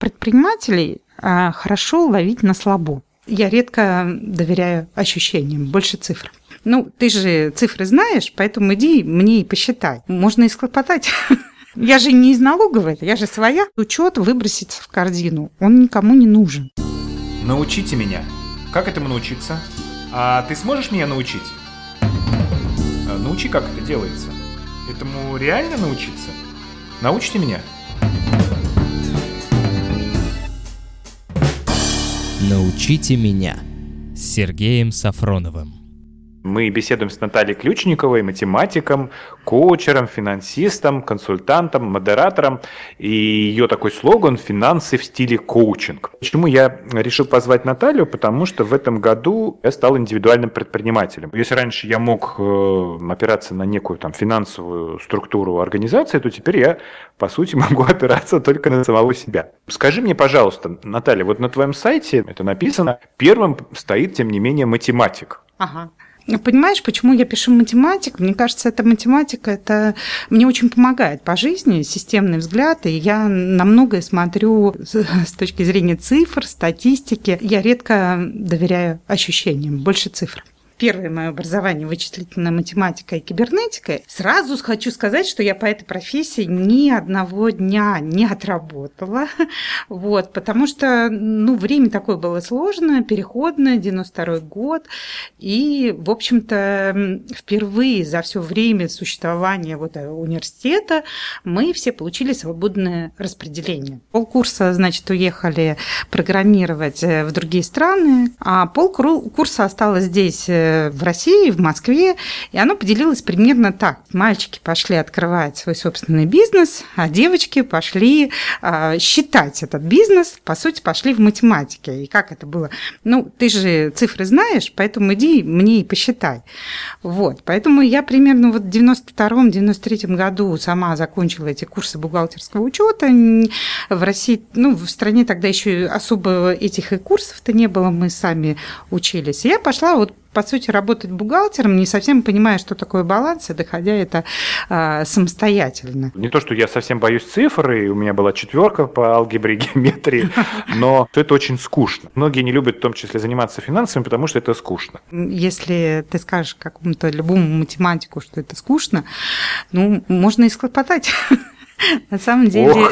предпринимателей хорошо ловить на слабо. Я редко доверяю ощущениям, больше цифр. Ты же цифры знаешь, поэтому иди мне и посчитай. Можно и схлопотать. Я же не из налоговой, я же своя. Учет выбросить в корзину, он никому не нужен. Научите меня. Как этому научиться? А ты сможешь меня научить? Научи, как это делается. Этому реально научиться? Научите меня? Научите меня с Сергеем Сафроновым. Мы беседуем с Натальей Ключниковой, математиком, коучером, финансистом, консультантом, модератором. И ее такой слоган «Финансы в стиле коучинг». Почему я решил позвать Наталью? Потому что в этом году я стал индивидуальным предпринимателем. Если раньше я мог опираться на некую финансовую структуру организации, то теперь я, по сути, могу опираться только на самого себя. Скажи мне, пожалуйста, Наталья, вот на твоем сайте это написано, первым стоит, тем не менее, математик. Ага. Понимаешь, почему я пишу математик? Мне кажется, эта математика, это мне очень помогает по жизни, системный взгляд, и я на многое смотрю с точки зрения цифр, статистики. Я редко доверяю ощущениям, больше цифр. Первое мое образование вычислительная математика и кибернетика. Сразу хочу сказать, что я по этой профессии ни одного дня не отработала. Потому что время такое было сложное, переходное, 92-й год. И, в общем-то, впервые за все время существования университета мы все получили свободное распределение. Полкурса, уехали программировать в другие страны, а полкурса осталось здесь, в России, в Москве, и оно поделилось примерно так. Мальчики пошли открывать свой собственный бизнес, а девочки пошли считать этот бизнес, по сути, пошли в математике. И как это было? Ты же цифры знаешь, поэтому иди мне и посчитай. Поэтому я примерно в 92-93 году сама закончила эти курсы бухгалтерского учета. В России, в стране тогда еще особо этих и курсов-то не было, мы сами учились. И я пошла по сути, работать бухгалтером, не совсем понимая, что такое баланс, и доходя это самостоятельно. Не то, что я совсем боюсь цифр, и у меня была 4 по алгебре и геометрии, но это очень скучно. Многие не любят в том числе заниматься финансами, потому что это скучно. Если ты скажешь какому-то любому математику, что это скучно, можно и схлопотать. На самом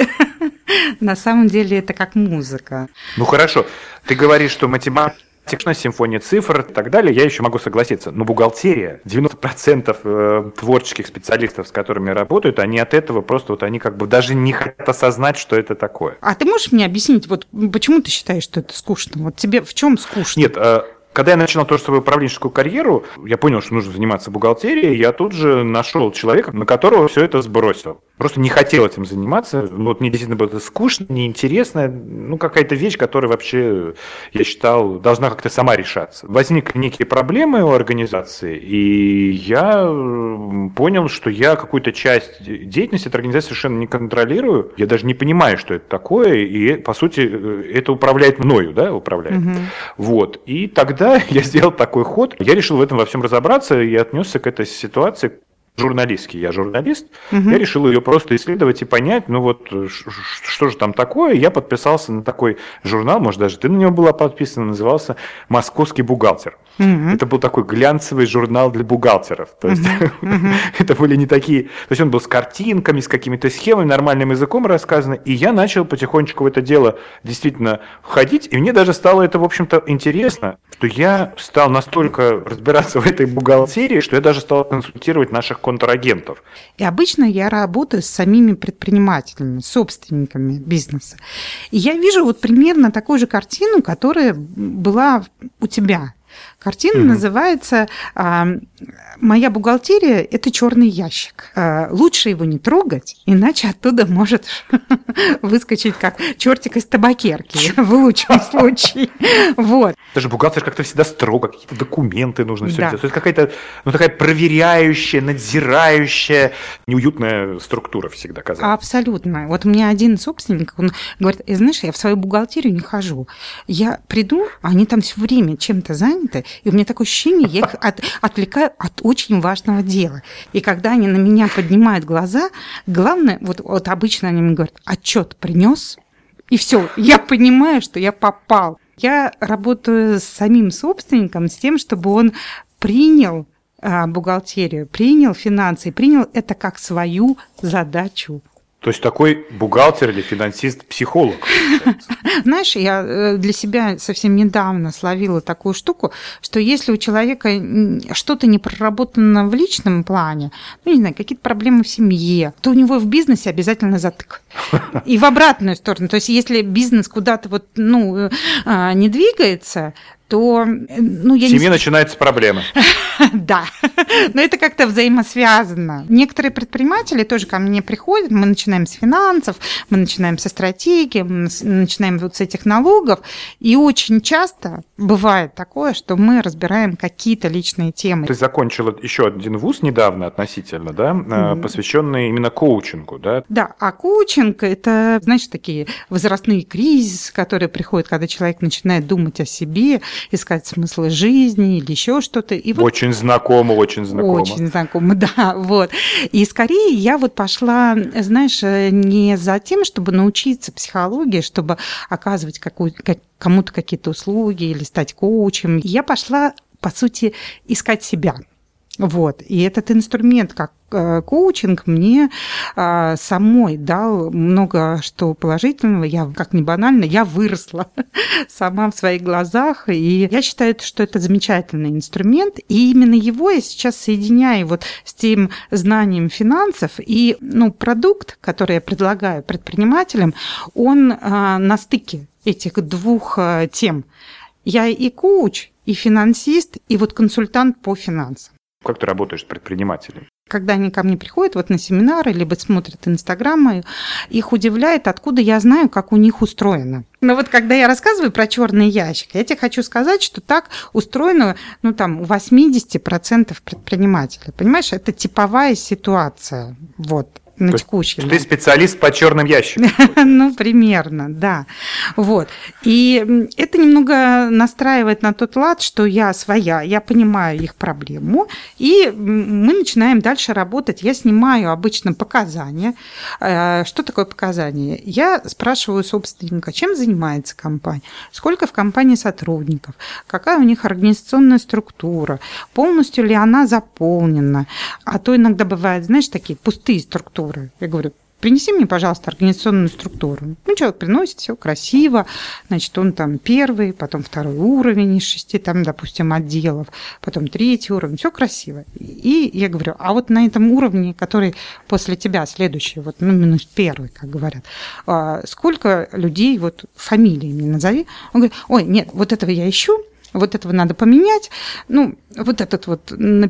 деле это как музыка. Хорошо, ты говоришь, что математика, симфония цифр и так далее, я еще могу согласиться. Но бухгалтерия, 90% творческих специалистов, с которыми работают, они от этого просто они даже не хотят осознать, что это такое. А ты можешь мне объяснить, почему ты считаешь, что это скучно? Тебе в чем скучно? Нет, когда я начинал тоже свою управленческую карьеру, я понял, что нужно заниматься бухгалтерией, я тут же нашел человека, на которого все это сбросил. Просто не хотел этим заниматься. Мне действительно было это скучно, неинтересно. Какая-то вещь, которая вообще, я считал, должна как-то сама решаться. Возникли некие проблемы у организации, и я понял, что я какую-то часть деятельности этой организации совершенно не контролирую. Я даже не понимаю, что это такое, и, по сути, это управляет мною, управляет. Угу. И тогда я сделал такой ход. Я решил в этом во всем разобраться и отнесся к этой ситуации журналистский. Я журналист. Я решил ее просто исследовать и понять, что же там такое. Я подписался на такой журнал, может, даже ты на него была подписана, назывался «Московский бухгалтер». Это был такой глянцевый журнал для бухгалтеров. То есть это были не такие... То есть он был с картинками, с какими-то схемами, нормальным языком рассказано. И я начал потихонечку в это дело действительно входить. И мне даже стало это, в общем-то, интересно, что я стал настолько разбираться в этой бухгалтерии, что я даже стал консультировать наших контрагентов. И обычно я работаю с самими предпринимателями, собственниками бизнеса. И я вижу примерно такую же картину, которая была у тебя. Картина называется «Моя бухгалтерия – это черный ящик». Лучше его не трогать, иначе оттуда может выскочить как чертик из табакерки, в лучшем случае. Даже бухгалтер как-то всегда строго, какие-то документы нужно все делать. То есть какая-то такая проверяющая, надзирающая, неуютная структура всегда казалось. Абсолютно. У меня один собственник, он говорит, знаешь, я в свою бухгалтерию не хожу. Я приду, они там все время чем-то заняты, и у меня такое ощущение, я их отвлекаю от очень важного дела. И когда они на меня поднимают глаза, главное, обычно они мне говорят, отчет принес, И все, я понимаю, что я попал. Я работаю с самим собственником, с тем, чтобы он принял бухгалтерию, принял финансы, принял это как свою задачу. То есть такой бухгалтер или финансист-психолог. Знаешь, я для себя совсем недавно словила такую штуку, что если у человека что-то не проработано в личном плане, ну, не знаю, какие-то проблемы в семье, то у него в бизнесе обязательно затык. И в обратную сторону. То есть если бизнес куда-то вот, не двигается, то... в семье начинаются проблемы. Да, но это как-то взаимосвязано. Некоторые предприниматели тоже ко мне приходят, мы начинаем с финансов, мы начинаем со стратегии, мы начинаем вот с этих налогов, и очень часто бывает такое, что мы разбираем какие-то личные темы. Ты закончила еще один вуз недавно относительно, да, посвященный именно коучингу, да? Да, а коучинг – это, знаешь, такие возрастные кризисы, которые приходят, когда человек начинает думать о себе, искать смыслы жизни или еще что-то. И вот очень знакомо, очень знакомо. Очень знакомо, да, вот. И скорее я вот пошла, знаешь, не за тем, чтобы научиться психологии, чтобы оказывать кому-то какие-то услуги или стать коучем. Я пошла, по сути, искать себя. Вот. И этот инструмент, как коучинг, мне самой дал много что положительного. Я, как ни банально, я выросла сама в своих глазах. И я считаю, что это замечательный инструмент. И именно его я сейчас соединяю вот с тем знанием финансов. И продукт, который я предлагаю предпринимателям, он на стыке этих двух тем. Я и коуч, и финансист, и вот консультант по финансам. Как ты работаешь с предпринимателями? Когда они ко мне приходят вот на семинары, либо смотрят инстаграмы, их удивляет, откуда я знаю, как у них устроено. Но вот когда я рассказываю про черный ящик, я тебе хочу сказать, что так устроено, у 80% предпринимателей. Понимаешь, это типовая ситуация. Вот. На текущий момент. Ты специалист по черным ящикам. Примерно, да. Вот. И это немного настраивает на тот лад, что я своя, я понимаю их проблему, и мы начинаем дальше работать. Я снимаю обычно показания. Что такое показания? Я спрашиваю собственника, чем занимается компания, сколько в компании сотрудников, какая у них организационная структура, полностью ли она заполнена. А то иногда бывают, знаешь, такие пустые структуры. Я говорю, принеси мне, пожалуйста, организационную структуру. Человек приносит, все красиво, значит, он там первый, потом второй уровень из 6, там, допустим, отделов, потом третий уровень, все красиво. И я говорю, а вот на этом уровне, который после тебя следующий, вот, минус первый, как говорят, сколько людей, вот, фамилии мне назови. Он говорит, ой, нет, вот этого я ищу, вот этого надо поменять, вот этот вот на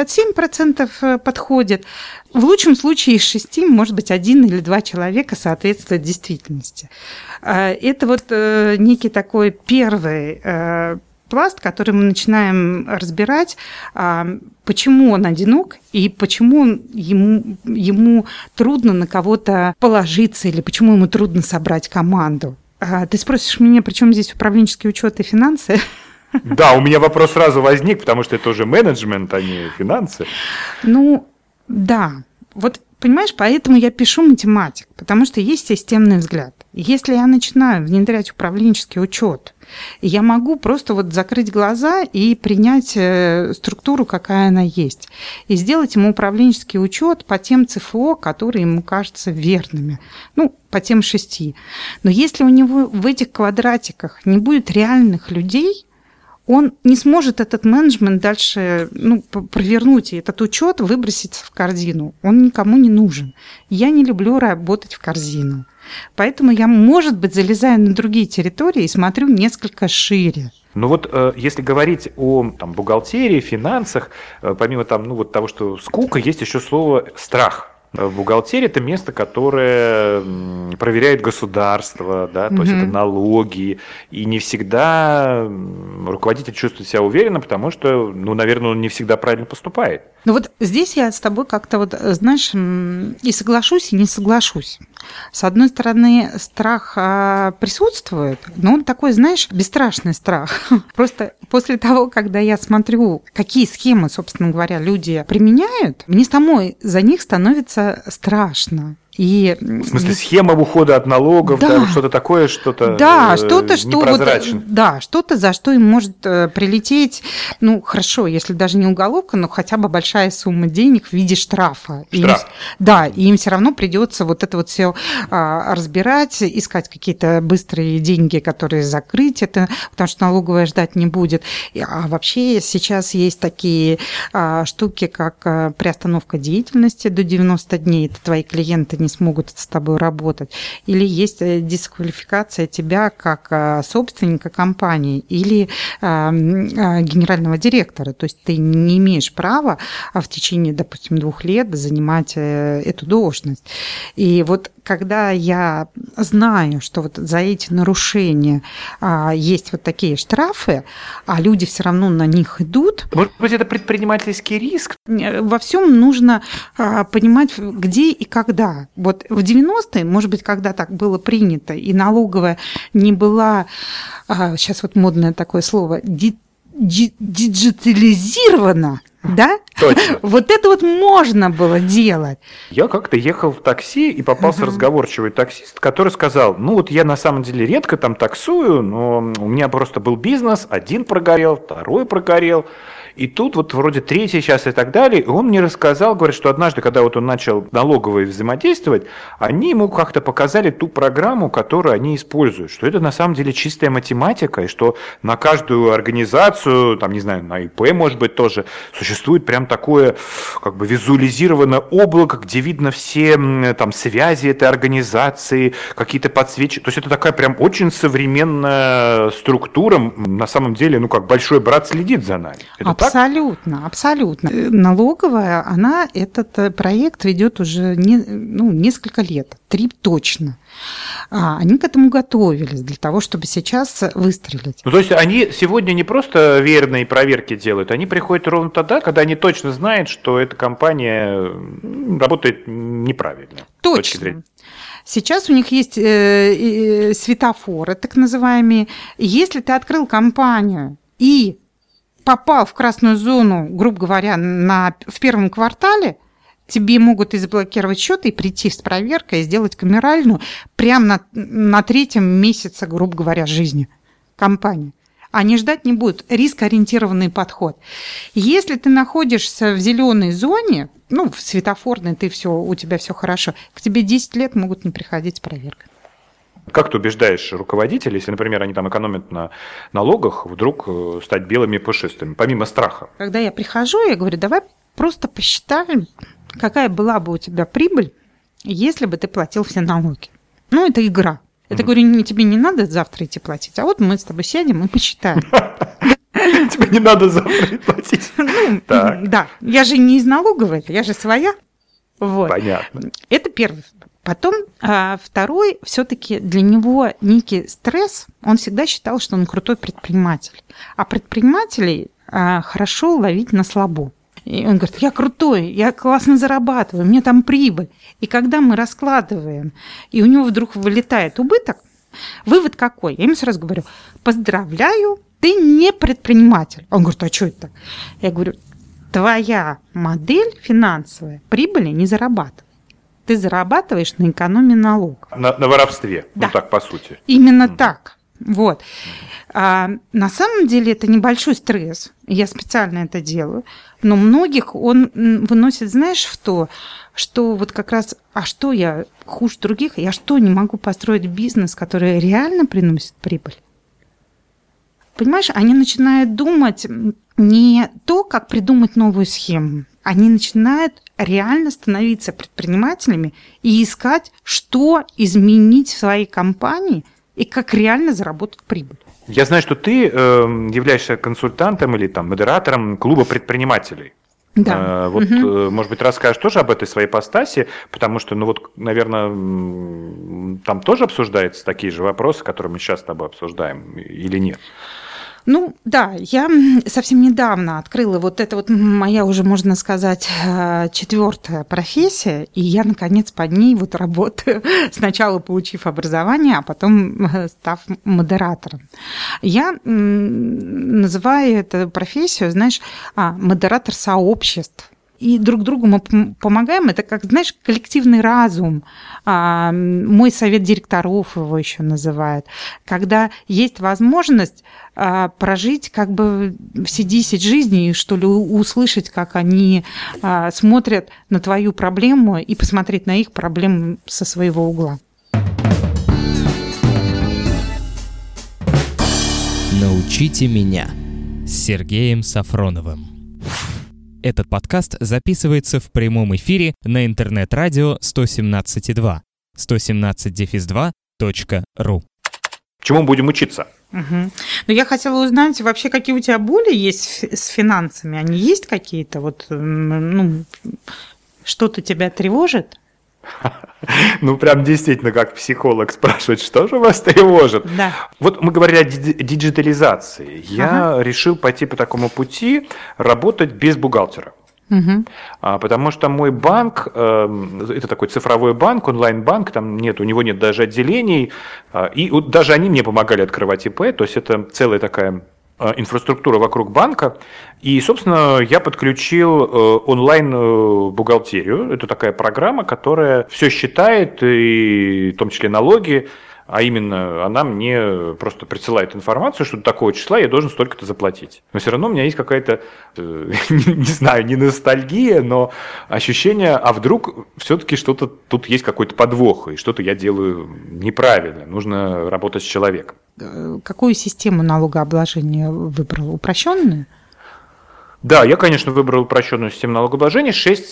57% подходит. В лучшем случае из 6, может быть, 1 или 2 человека соответствует действительности. Это вот некий такой первый пласт, который мы начинаем разбирать, почему он одинок и почему ему трудно на кого-то положиться или почему ему трудно собрать команду. Ты спросишь меня, при чем здесь управленческий учет и финансы? Да, у меня вопрос сразу возник, потому что это уже менеджмент, а не финансы. Да. Вот, понимаешь, поэтому я пишу математик, потому что есть системный взгляд. Если я начинаю внедрять управленческий учет, я могу просто вот закрыть глаза и принять структуру, какая она есть, и сделать ему управленческий учет по тем ЦФО, которые ему кажутся верными, по тем 6. Но если у него в этих квадратиках не будет реальных людей, он не сможет этот менеджмент дальше провернуть и этот учет выбросить в корзину. Он никому не нужен. Я не люблю работать в корзину. Поэтому я, может быть, залезаю на другие территории и смотрю несколько шире. Если говорить о бухгалтерии, финансах, помимо того, что скука, есть еще слово «страх». Бухгалтерия – это место, которое проверяет государство, да, то есть это налоги, и не всегда руководитель чувствует себя уверенно, потому что, наверное, он не всегда правильно поступает. Здесь я с тобой как-то знаешь, и соглашусь, и не соглашусь. С одной стороны, страх присутствует, но он такой, знаешь, бесстрашный страх. Просто после того, когда я смотрю, какие схемы, собственно говоря, люди применяют, мне самой за них становится страшно. И... В смысле, схема ухода от налогов, да, что-то такое, что-то непрозрачное. Да, что-то, за что им может прилететь, ну, хорошо, если даже не уголовка, но хотя бы большая сумма денег в виде штрафа. Штраф. И им все равно придется вот это вот все разбирать, искать какие-то быстрые деньги, которые закрыть это, потому что налоговая ждать не будет. А вообще сейчас есть такие штуки, как приостановка деятельности до 90 дней. Это твои клиенты не смогут с тобой работать. Или есть дисквалификация тебя как собственника компании или генерального директора. То есть ты не имеешь права в течение, допустим, 2 лет занимать эту должность. И вот когда я знаю, что вот за эти нарушения есть вот такие штрафы, а люди все равно на них идут. Может быть, это предпринимательский риск? Во всем нужно понимать, где и когда. Вот в 90-е, может быть, когда так было принято, и налоговая не была, сейчас вот модное такое слово, диджитализирована, да? Точно. Вот это вот можно было делать. Я как-то ехал в такси, и попался разговорчивый таксист, который сказал, ну вот я на самом деле редко там таксую, но у меня просто был бизнес, один прогорел, второй прогорел, и тут вот вроде третий сейчас и так далее. И он мне рассказал, говорит, что однажды, когда вот он начал налоговые взаимодействовать, они ему как-то показали ту программу, которую они используют, что это на самом деле чистая математика, и что на каждую организацию, там, не знаю, на ИП, может быть, тоже существует прям такое как бы визуализированное облако, где видно все там связи этой организации, какие-то подсвечи. То есть это такая прям очень современная структура. На самом деле, ну как большой брат следит за нами. Это абсолютно, абсолютно. Налоговая, она этот проект ведет уже несколько лет, 3 точно. Они к этому готовились для того, чтобы сейчас выстрелить. Ну, то есть они сегодня не просто верные проверки делают, они приходят ровно тогда, когда они точно знают, что эта компания работает неправильно. Точно. Сейчас у них есть светофоры, так называемые. Если ты открыл компанию и попал в красную зону, грубо говоря, в первом квартале, тебе могут и заблокировать счет, и прийти с проверкой, и сделать камеральную прямо на 3-м месяце, грубо говоря, жизни компании. Они ждать не будут. Рискоориентированный подход. Если ты находишься в зеленой зоне, в светофорной, у тебя все хорошо, к тебе 10 лет могут не приходить с проверкой. Как ты убеждаешь руководителей, если, например, они там экономят на налогах, вдруг стать белыми и пушистыми, помимо страха? Когда я прихожу, я говорю, давай просто посчитаем, какая была бы у тебя прибыль, если бы ты платил все налоги. Это игра. Это, говорю, тебе не надо завтра идти платить, а вот мы с тобой сядем и посчитаем. Тебе не надо завтра платить. Да, я же не из налоговой, я же своя. Понятно. Это первый. Потом второй, все-таки для него некий стресс, он всегда считал, что он крутой предприниматель. А предпринимателей хорошо ловить на слабо. И он говорит, я крутой, я классно зарабатываю, у меня там прибыль. И когда мы раскладываем, и у него вдруг вылетает убыток, вывод какой? Я ему сразу говорю, поздравляю, ты не предприниматель. Он говорит, а что это? Я говорю, твоя модель финансовая прибыли не зарабатывает. Ты зарабатываешь на экономии налогов. На воровстве, да. Так по сути. Именно так. Вот. На самом деле это небольшой стресс, я специально это делаю, но многих он выносит, знаешь, в то, что вот как раз, а что я хуже других, я что, не могу построить бизнес, который реально приносит прибыль? Понимаешь, они начинают думать не то, как придумать новую схему, они начинают реально становиться предпринимателями и искать, что изменить в своей компании и как реально заработать прибыль. Я знаю, что ты являешься консультантом или модератором клуба предпринимателей. Да. Может быть, расскажешь тоже об этой своей ипостаси, потому что, наверное, там тоже обсуждаются такие же вопросы, которые мы сейчас с тобой обсуждаем, или нет? Да, я совсем недавно открыла вот это вот моя уже, можно сказать, 4-я профессия, и я, наконец, под ней работаю, сначала получив образование, а потом став модератором. Я называю эту профессию, знаешь, модератор сообществ. и друг другу мы помогаем. Это как, знаешь, коллективный разум. Мой совет директоров его еще называют. Когда есть возможность прожить как бы все 10 жизней, что ли, услышать, как они смотрят на твою проблему и посмотреть на их проблему со своего угла. «Научите меня» с Сергеем Сафроновым. Этот подкаст записывается в прямом эфире на интернет-радио 117.2, 117-2.ru. Чему будем учиться? Но я хотела узнать вообще, какие у тебя боли есть с финансами. Они есть какие-то? Вот, что-то тебя тревожит? Ну, прям действительно, как психолог спрашивать, что же вас тревожит? Да. Вот мы говорили о диджитализации. Я решил пойти по такому пути, работать без бухгалтера. Потому что мой банк, это такой цифровой банк, онлайн-банк, там нет, у него нет даже отделений, и вот даже они мне помогали открывать ИП, то есть это целая такая инфраструктура вокруг банка. И, собственно, я подключил онлайн-бухгалтерию. Это такая программа, которая все считает, и в том числе налоги. А именно, она мне просто присылает информацию, что до такого числа я должен столько-то заплатить. Но все равно у меня есть какая-то, не знаю, не ностальгия, но ощущение, а вдруг все-таки что-то тут есть какой-то подвох, и что-то я делаю неправильно. Нужно работать с человеком. Какую систему налогообложения выбрал? Упрощенную? Да, я, конечно, выбрал упрощенную систему налогообложения,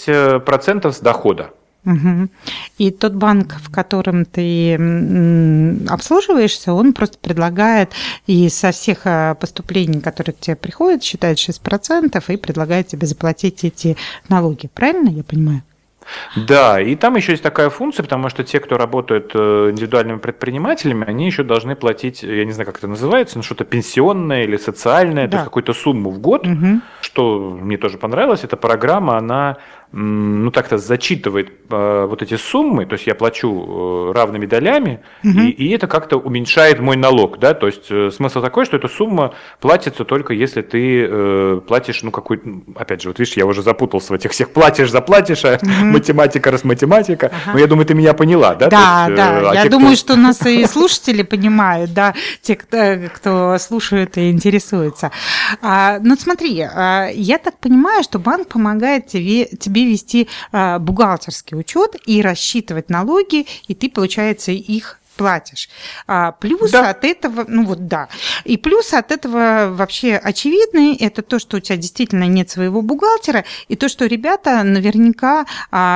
6% с дохода. Угу. И тот банк, в котором ты обслуживаешься, он просто предлагает и со всех поступлений, которые к тебе приходят, считает 6% и предлагает тебе заплатить эти налоги. Правильно я понимаю? Да, и там еще есть такая функция, потому что те, кто работают индивидуальными предпринимателями, они еще должны платить, я не знаю, как это называется, но что-то пенсионное или социальное, да. То есть какую-то сумму в год. Что мне тоже понравилось, эта программа, она так-то зачитывает вот эти суммы, то есть я плачу равными долями, и это как-то уменьшает мой налог, да, то есть смысл такой, что эта сумма платится только если ты платишь, опять же, вот видишь, я уже запутался в этих всех заплатишь, математика, математика, но я думаю, ты меня поняла, да? Да, да, я думаю, что нас и слушатели понимают, да, те, кто слушает и интересуется. Но смотри, я так понимаю, что банк помогает тебе вести бухгалтерский учет и рассчитывать налоги, и ты, получается, их платишь. Плюс да. От этого, и плюс от этого вообще очевидный, это то, что у тебя действительно нет своего бухгалтера, и то, что ребята наверняка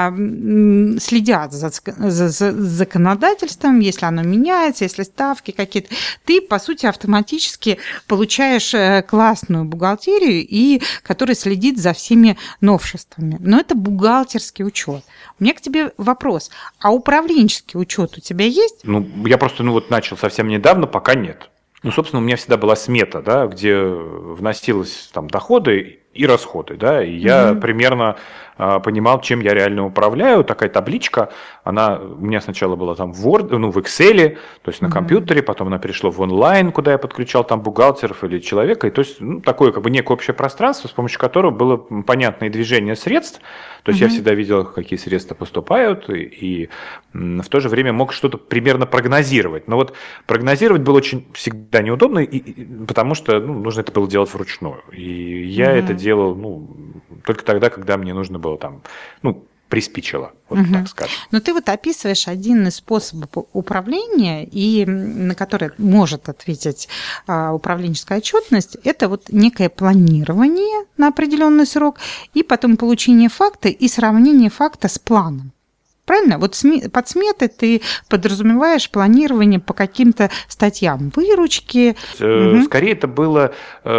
следят за законодательством, если оно меняется, если ставки какие-то. Ты, по сути, автоматически получаешь классную бухгалтерию, которая следит за всеми новшествами. Но это бухгалтерский учет. У меня к тебе вопрос. А управленческий учет у тебя есть? Я просто начал совсем недавно, пока нет. Собственно, у меня всегда была смета, да, где вносилось там доходы и расходы, да, и я примерно понимал, чем я реально управляю. Такая табличка, она у меня сначала была там в Word, в Excel, то есть на компьютере, потом она перешла в онлайн, куда я подключал там бухгалтеров или человека, и то есть такое как бы некое общее пространство, с помощью которого было понятное движение средств, то есть я всегда видел, какие средства поступают, и в то же время мог что-то примерно прогнозировать. Но вот прогнозировать было очень всегда неудобно, потому что нужно это было делать вручную. И я это делал только тогда, когда мне нужно было там, приспичило, так скажем. Но ты описываешь один из способов управления, и на который может ответить управленческая отчетность, это некое планирование на определенный срок, и потом получение факта и сравнение факта с планом. Правильно? Под сметой ты подразумеваешь планирование по каким-то статьям, выручки. Скорее это было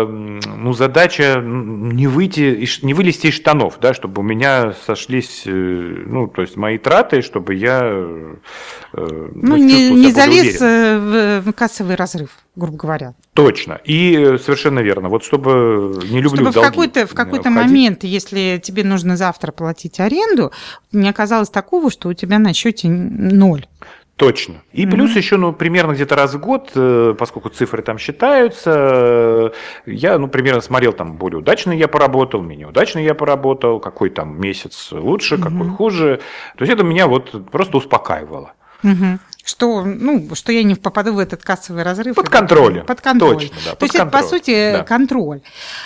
задача не вылезти из штанов, да, чтобы у меня сошлись, то есть мои траты, чтобы я не залез в кассовый разрыв, грубо говоря. Точно. И совершенно верно. Чтобы не люблю долги. Чтобы в какой-то момент, если тебе нужно завтра платить аренду, не оказалось такого, что у тебя на счете 0. Точно. И плюс еще, примерно где-то раз в год, поскольку цифры там считаются, я, примерно смотрел, там, более удачно я поработал, менее удачно я поработал, какой там месяц лучше, какой хуже. То есть это меня вот просто успокаивало. Что я не попаду в этот кассовый разрыв. Под контролем. Под контроль. Точно, да. То есть это, по сути, контроль.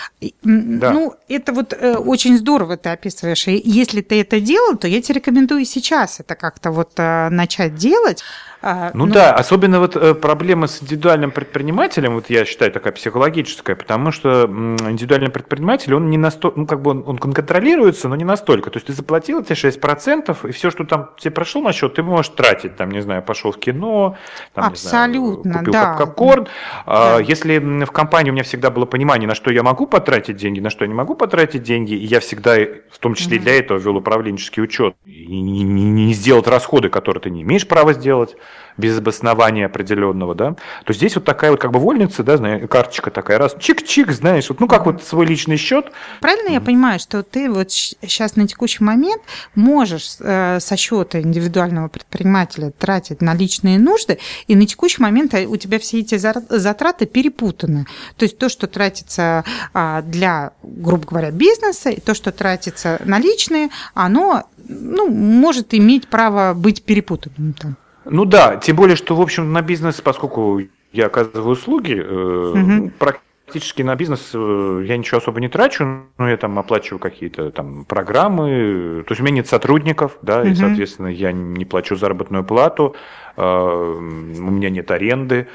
Да. Это вот очень здорово ты описываешь. И если ты это делал, то я тебе рекомендую сейчас это как-то вот начать делать. Да, особенно вот проблема с индивидуальным предпринимателем, вот я считаю, такая психологическая, потому что индивидуальный предприниматель, он не настолько, он контролируется, но не настолько. То есть ты заплатил эти 6%, и все, что там тебе прошло на счет, ты можешь тратить, там, не знаю, пошел в кино, там, абсолютно, не знаю, купил да. попкорн. Да. Если в компании у меня всегда было понимание, на что я могу потратить деньги, на что я не могу потратить деньги, и я всегда, в том числе и для этого, вел управленческий учет, и не сделать расходы, которые ты не имеешь права сделать, без обоснования определенного, да, то здесь вот такая вот как бы вольница, да, знаешь, карточка такая, раз, чик-чик, знаешь, вот, как вот свой личный счет. Правильно я понимаю, что ты вот сейчас на текущий момент можешь со счета индивидуального предпринимателя тратить на личные нужды, и на текущий момент у тебя все эти затраты перепутаны. То есть то, что тратится для, грубо говоря, бизнеса, и то, что тратится на личные, оно, может иметь право быть перепутанным там. Да, тем более, что, в общем, на бизнес, поскольку я оказываю услуги, практически на бизнес я ничего особо не трачу, но я там оплачиваю какие-то там программы, то есть у меня нет сотрудников, да, и, соответственно, я не плачу заработную плату, у меня нет аренды,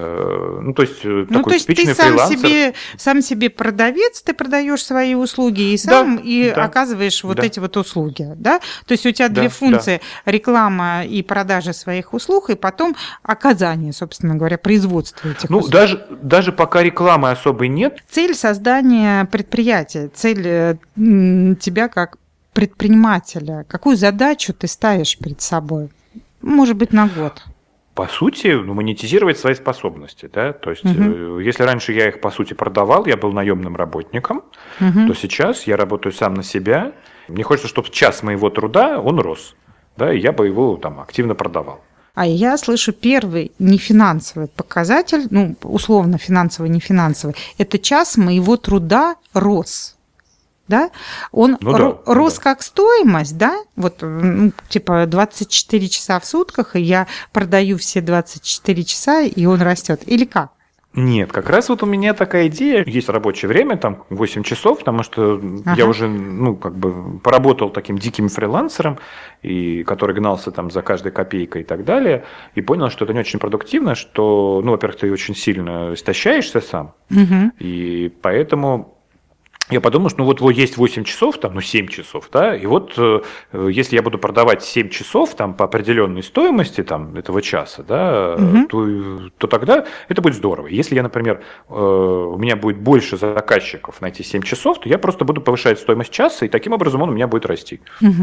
то есть такой типичный фрилансер. То есть ты сам себе продавец, ты продаешь свои услуги и сам оказываешь вот эти вот услуги, да? То есть у тебя две функции: реклама и продажа своих услуг, и потом оказание, собственно говоря, производство этих услуг. Даже пока рекламы особой нет. Цель создания предприятия, цель тебя как предпринимателя, какую задачу ты ставишь перед собой? Может быть, на год. По сути, монетизировать свои способности, да, то есть, если раньше я их, по сути, продавал, я был наемным работником, то сейчас я работаю сам на себя, мне хочется, чтобы час моего труда, он рос, да, и я бы его там активно продавал. А я слышу первый нефинансовый показатель, условно финансовый, нефинансовый, это час моего труда рос. Да? Он рос как стоимость, да? Вот, типа 24 часа в сутках, и я продаю все 24 часа, и он растет. Или как? Нет, как раз вот у меня такая идея. Есть рабочее время, там 8 часов, потому что я уже, поработал таким диким фрилансером, и который гнался там за каждой копейкой и так далее, и понял, что это не очень продуктивно, что, во-первых, ты очень сильно истощаешься сам, и поэтому... Я подумал, что есть 8 часов, 7 часов, да, и вот если я буду продавать 7 часов по определенной стоимости этого часа, да, то тогда это будет здорово. Если я, например, у меня будет больше заказчиков на эти 7 часов, то я просто буду повышать стоимость часа, и таким образом он у меня будет расти.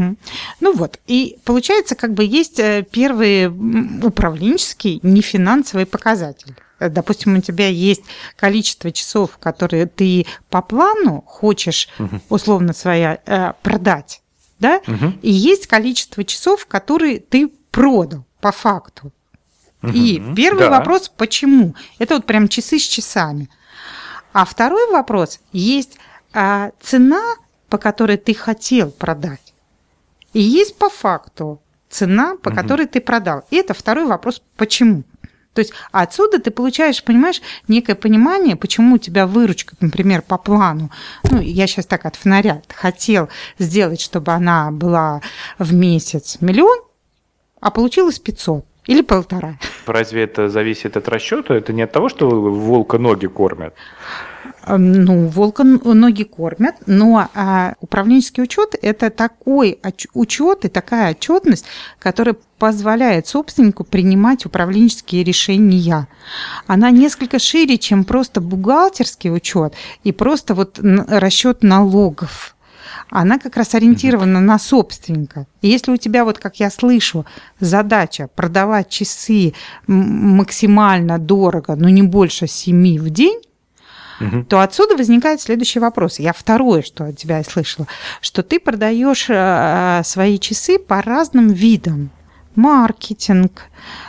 И получается, есть первый управленческий нефинансовый показатель. Допустим, у тебя есть количество часов, которые ты по плану хочешь, условно своя, продать, да? И есть количество часов, которые ты продал по факту. И первый вопрос, почему? Это вот прям часы с часами. А второй вопрос, есть цена, по которой ты хотел продать. И есть по факту цена, по которой ты продал. И это второй вопрос, почему? То есть отсюда ты получаешь, понимаешь, некое понимание, почему у тебя выручка, например, по плану, я сейчас так от фонаря, хотел сделать, чтобы она была в месяц 1 000 000, а получилось 500 или 1,5. Разве это зависит от расчета? Это не от того, что волка ноги кормят? Волка ноги кормят, но управленческий учет – это такой учет и такая отчетность, которая позволяет собственнику принимать управленческие решения. Она несколько шире, чем просто бухгалтерский учет и просто расчет налогов. Она как раз ориентирована на собственника. И если у тебя, как я слышу, задача продавать часы максимально дорого, но не больше 7 в день, то отсюда возникает следующий вопрос. Я второе, что от тебя слышала, что ты продаешь свои часы по разным видам. маркетинг,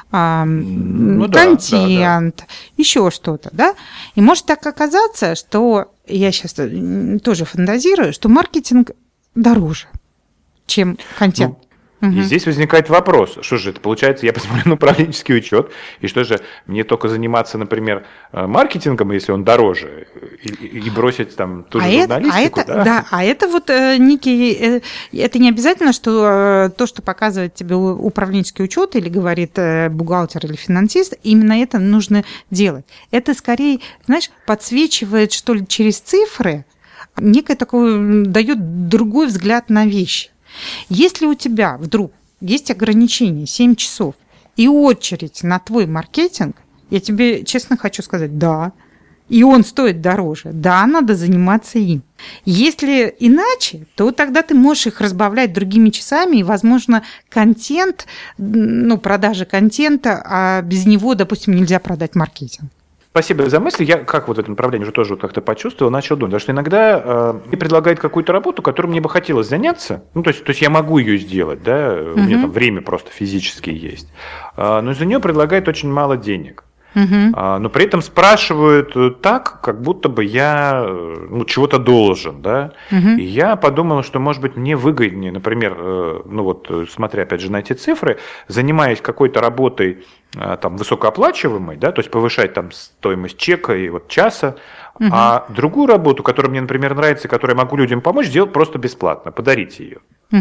контент, еще что-то, да? И может так оказаться, что я сейчас тоже фантазирую, что маркетинг дороже, чем контент. И здесь возникает вопрос, что же это получается, я посмотрю на управленческий учет, и что же, мне только заниматься, например, маркетингом, если он дороже, и бросить там ту же журналистику, А это вот некий, это не обязательно, что то, что показывает тебе управленческий учет или говорит бухгалтер или финансист, именно это нужно делать. Это скорее, знаешь, подсвечивает, что ли, через цифры, некое такое, дает другой взгляд на вещи. Если у тебя вдруг есть ограничение 7 часов и очередь на твой маркетинг, я тебе честно хочу сказать, да, и он стоит дороже, да, надо заниматься им. Если иначе, то тогда ты можешь их разбавлять другими часами, и, возможно, контент, продажа контента, а без него, допустим, нельзя продать маркетинг. Спасибо за мысли. Я как вот это направление уже тоже как-то почувствовал, начал думать. Потому что иногда мне предлагают какую-то работу, которой мне бы хотелось заняться. То есть я могу ее сделать, да, у меня там время просто физически есть. Но за нее предлагают очень мало денег. Но при этом спрашивают так, как будто бы я чего-то должен, да. И я подумал, что, может быть, мне выгоднее, например, смотря опять же на эти цифры, занимаясь какой-то работой там высокооплачиваемой, да, то есть повышать там стоимость чека и вот часа, а другую работу, которая мне, например, нравится, которой я могу людям помочь, делать просто бесплатно, подарить ее.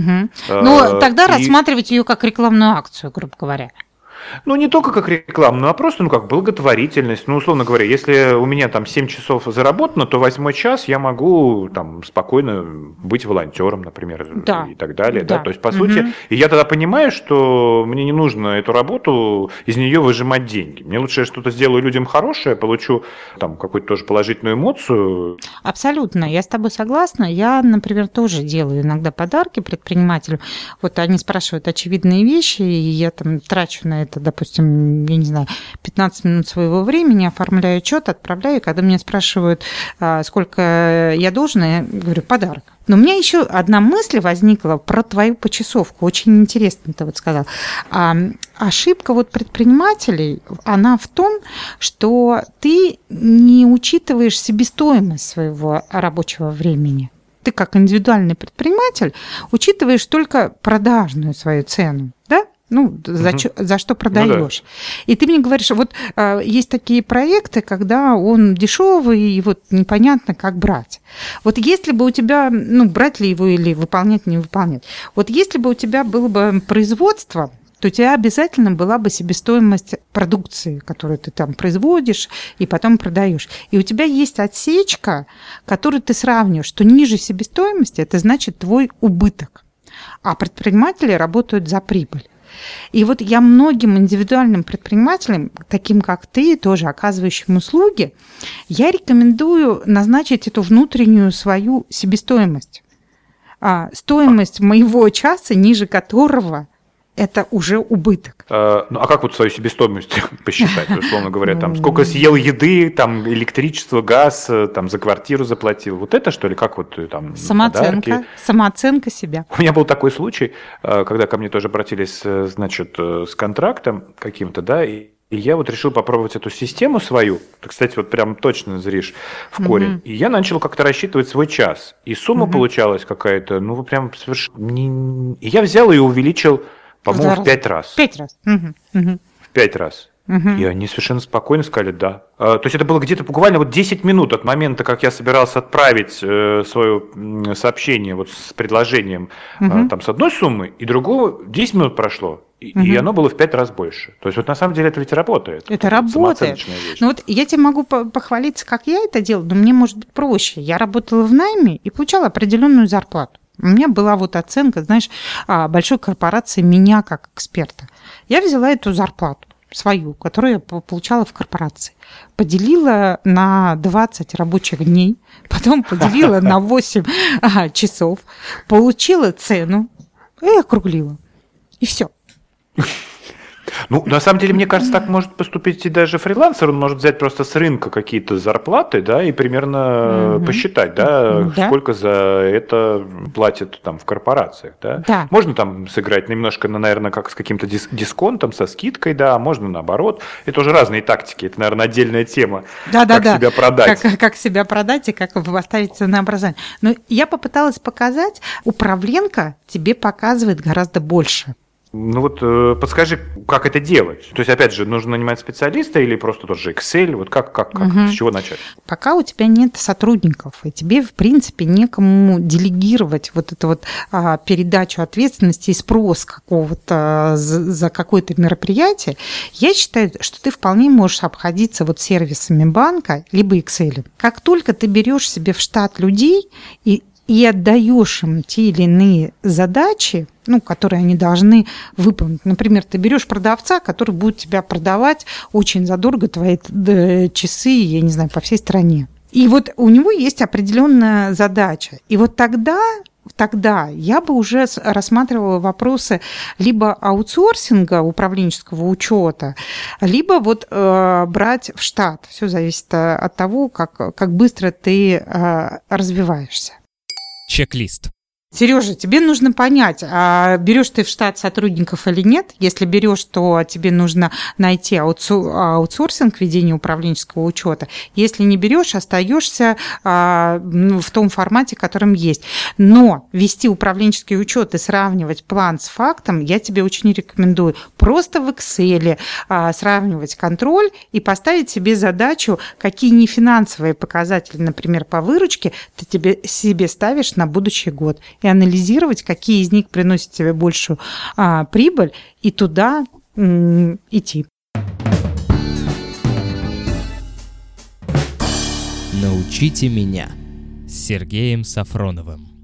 Но тогда рассматривать ее как рекламную акцию, грубо говоря. Не только как рекламную, а просто, как благотворительность. Условно говоря, если у меня там 7 часов заработано, то 8-й час я могу там спокойно быть волонтером, например, и так далее. Да. То есть, по сути, и я тогда понимаю, что мне не нужно эту работу, из нее выжимать деньги. Мне лучше я что-то сделаю людям хорошее, получу там какую-то тоже положительную эмоцию. Абсолютно, я с тобой согласна. Я, например, тоже делаю иногда подарки предпринимателям. Вот они спрашивают очевидные вещи, и я там трачу на это, допустим, я не знаю, 15 минут своего времени, оформляю отчет, отправляю. Когда меня спрашивают, сколько я должна, я говорю, подарок. Но у меня еще одна мысль возникла про твою почасовку. Очень интересно ты вот сказал. Ошибка вот предпринимателей, она в том, что ты не учитываешь себестоимость своего рабочего времени. Ты как индивидуальный предприниматель учитываешь только продажную свою цену, да? За что продаешь. И ты мне говоришь, вот есть такие проекты, когда он дешевый, и вот непонятно, как брать. Вот если бы у тебя, брать ли его или выполнять, не выполнять. Вот если бы у тебя было бы производство, то у тебя обязательно была бы себестоимость продукции, которую ты там производишь и потом продаешь. И у тебя есть отсечка, которую ты сравниваешь, что ниже себестоимости, это значит твой убыток. А предприниматели работают за прибыль. И вот я многим индивидуальным предпринимателям, таким как ты, тоже оказывающим услуги, я рекомендую назначить эту внутреннюю свою себестоимость. Стоимость моего часа, ниже которого это уже убыток. А как вот свою себестоимость посчитать, условно говоря, там сколько съел еды, там электричество, газ, там за квартиру заплатил, вот это что ли, как вот там самооценка себя. У меня был такой случай, когда ко мне тоже обратились, значит, с контрактом каким-то, да, и я вот решил попробовать эту систему свою. Ты, кстати, вот прям точно зришь в корень. И я начал как-то рассчитывать свой час. И сумма получалась какая-то, прям совершенно... И я взял и увеличил, по-моему, в 5 раз. 5 раз. В 5 раз. И они совершенно спокойно сказали «да». То есть это было где-то буквально 10 минут от момента, как я собирался отправить свое сообщение вот с предложением там, с одной суммы, и другого 10 минут прошло. И оно было в 5 раз больше. То есть вот на самом деле это ведь работает. Это работает. Вот я тебе могу похвалиться, как я это делала, но мне может быть проще. Я работала в найме и получала определенную зарплату. У меня была вот оценка, знаешь, большой корпорации меня как эксперта. Я взяла эту зарплату свою, которую я получала в корпорации, поделила на 20 рабочих дней, потом поделила на 8 часов, получила цену и округлила. И все. Ну, на самом деле, мне кажется, так может поступить и даже фрилансер. Он может взять просто с рынка какие-то зарплаты, да, и примерно посчитать, да, сколько за это платят там в корпорациях, да. Да. Можно там сыграть немножко, наверное, как с каким-то дисконтом, со скидкой, да, можно наоборот. Это уже разные тактики, это, наверное, отдельная тема. Как себя продать. Как себя продать и как поставить ценообразование. Но я попыталась показать, управленка тебе показывает гораздо больше. Ну вот подскажи, как это делать? То есть, опять же, нужно нанимать специалиста или просто тот же Excel? Вот как с чего начать? Пока у тебя нет сотрудников, и тебе, в принципе, некому делегировать вот эту вот передачу ответственности и спрос какого-то за какое-то мероприятие, я считаю, что ты вполне можешь обходиться вот сервисами банка либо Excel. Как только ты берешь себе в штат людей и отдаешь им те или иные задачи, которые они должны выполнить. Например, ты берешь продавца, который будет тебя продавать очень задорого твои часы, я не знаю, по всей стране. И вот у него есть определенная задача. И вот тогда я бы уже рассматривала вопросы либо аутсорсинга управленческого учета, либо вот брать в штат. Все зависит от того, как быстро ты развиваешься. Чек-лист. Сережа, тебе нужно понять, берешь ты в штат сотрудников или нет. Если берешь, то тебе нужно найти аутсорсинг ведения управленческого учета. Если не берешь, остаешься в том формате, которым есть. Но вести управленческий учет и сравнивать план с фактом я тебе очень рекомендую. Просто в Excel сравнивать контроль и поставить себе задачу, какие нефинансовые показатели, например, по выручке, ты себе ставишь на будущий год. И анализировать, какие из них приносят тебе большую прибыль, и туда идти. Научите меня с Сергеем Сафроновым.